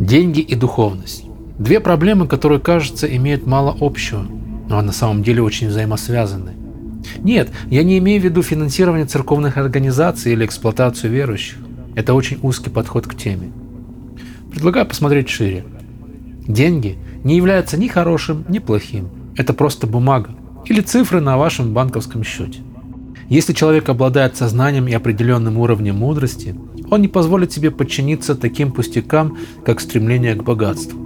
Деньги и духовность. Две проблемы, которые, кажется, имеют мало общего, но на самом деле очень взаимосвязаны. Нет, я не имею в виду финансирование церковных организаций или эксплуатацию верующих. Это очень узкий подход к теме. Предлагаю посмотреть шире. Деньги не являются ни хорошим, ни плохим. Это просто бумага или цифры на вашем банковском счете. Если человек обладает сознанием и определенным уровнем мудрости, он не позволит себе подчиниться таким пустякам, как стремление к богатству.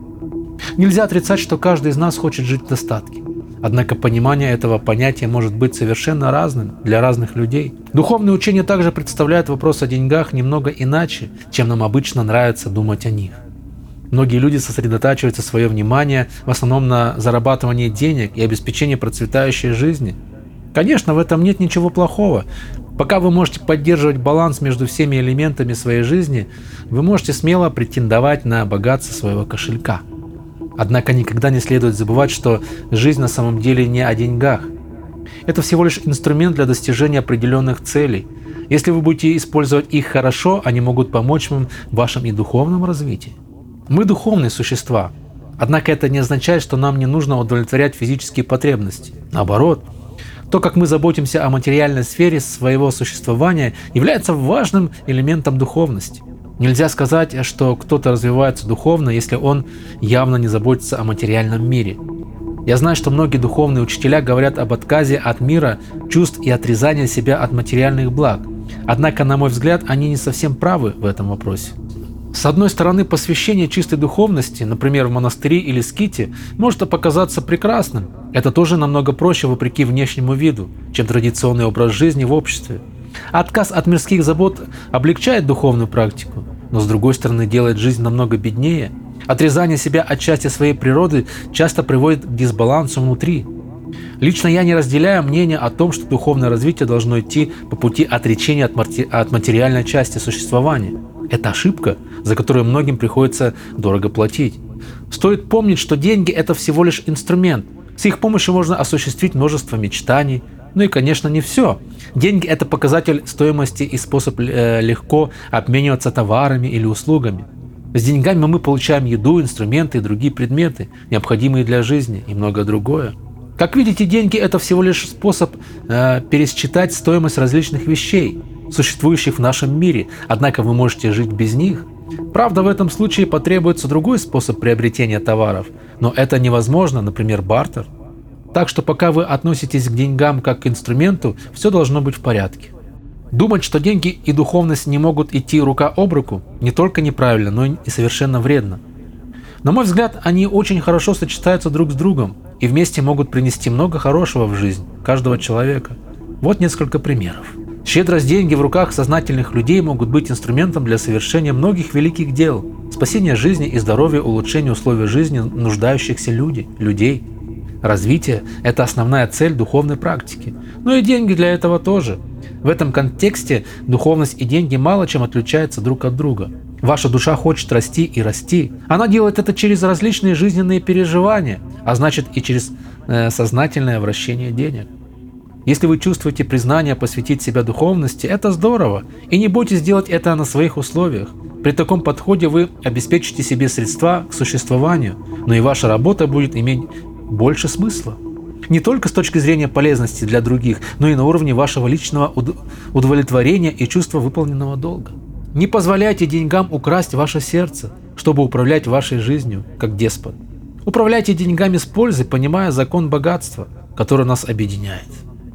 Нельзя отрицать, что каждый из нас хочет жить в достатке. Однако понимание этого понятия может быть совершенно разным для разных людей. Духовные учения также представляют вопрос о деньгах немного иначе, чем нам обычно нравится думать о них. Многие люди сосредотачивают свое внимание в основном на зарабатывании денег и обеспечении процветающей жизни. Конечно, в этом нет ничего плохого. Пока вы можете поддерживать баланс между всеми элементами своей жизни, вы можете смело претендовать на богатство своего кошелька. Однако никогда не следует забывать, что жизнь на самом деле не о деньгах. Это всего лишь инструмент для достижения определенных целей. Если вы будете использовать их хорошо, они могут помочь вам в вашем и духовном развитии. Мы духовные существа. Однако это не означает, что нам не нужно удовлетворять физические потребности. Наоборот, то, как мы заботимся о материальной сфере своего существования, является важным элементом духовности. Нельзя сказать, что кто-то развивается духовно, если он явно не заботится о материальном мире. Я знаю, что многие духовные учителя говорят об отказе от мира, чувств и отрезании себя от материальных благ. Однако, на мой взгляд, они не совсем правы в этом вопросе. С одной стороны, посвящение чистой духовности, например, в монастыре или ските, может показаться прекрасным. Это тоже намного проще вопреки внешнему виду, чем традиционный образ жизни в обществе. Отказ от мирских забот облегчает духовную практику, но с другой стороны делает жизнь намного беднее. Отрезание себя от части своей природы часто приводит к дисбалансу внутри. Лично я не разделяю мнение о том, что духовное развитие должно идти по пути отречения от материальной части существования. Это ошибка, за которую многим приходится дорого платить. Стоит помнить, что деньги – это всего лишь инструмент. С их помощью можно осуществить множество мечтаний. Ну и, конечно, не все. Деньги – это показатель стоимости и способ легко обмениваться товарами или услугами. С деньгами мы получаем еду, инструменты и другие предметы, необходимые для жизни, и многое другое. Как видите, деньги – это всего лишь способ пересчитать стоимость различных вещей, существующих в нашем мире, однако вы можете жить без них. Правда, в этом случае потребуется другой способ приобретения товаров, но это невозможно, например, бартер. Так что пока вы относитесь к деньгам как к инструменту, все должно быть в порядке. Думать, что деньги и духовность не могут идти рука об руку, не только неправильно, но и совершенно вредно. На мой взгляд, они очень хорошо сочетаются друг с другом и вместе могут принести много хорошего в жизнь каждого человека. Вот несколько примеров. Щедрость, деньги в руках сознательных людей могут быть инструментом для совершения многих великих дел, спасения жизни и здоровья, улучшения условий жизни нуждающихся людей. Развитие – это основная цель духовной практики, но и деньги для этого тоже. В этом контексте духовность и деньги мало чем отличаются друг от друга. Ваша душа хочет расти и расти. Она делает это через различные жизненные переживания, а значит и через сознательное вращение денег. Если вы чувствуете признание посвятить себя духовности, это здорово, и не бойтесь делать это на своих условиях. При таком подходе вы обеспечите себе средства к существованию, но и ваша работа будет иметь больше смысла. Не только с точки зрения полезности для других, но и на уровне вашего личного удовлетворения и чувства выполненного долга. Не позволяйте деньгам украсть ваше сердце, чтобы управлять вашей жизнью, как деспот. Управляйте деньгами с пользой, понимая закон богатства, который нас объединяет.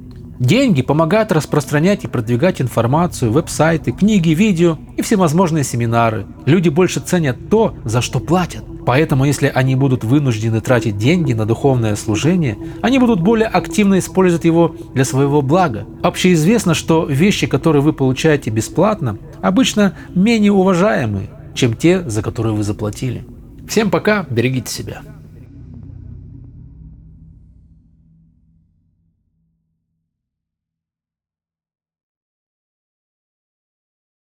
Деньги помогают распространять и продвигать информацию, веб-сайты, книги, видео и всевозможные семинары. Люди больше ценят то, за что платят. Поэтому, если они будут вынуждены тратить деньги на духовное служение, они будут более активно использовать его для своего блага. Общеизвестно, что вещи, которые вы получаете бесплатно, обычно менее уважаемые, чем те, за которые вы заплатили. Всем пока, берегите себя.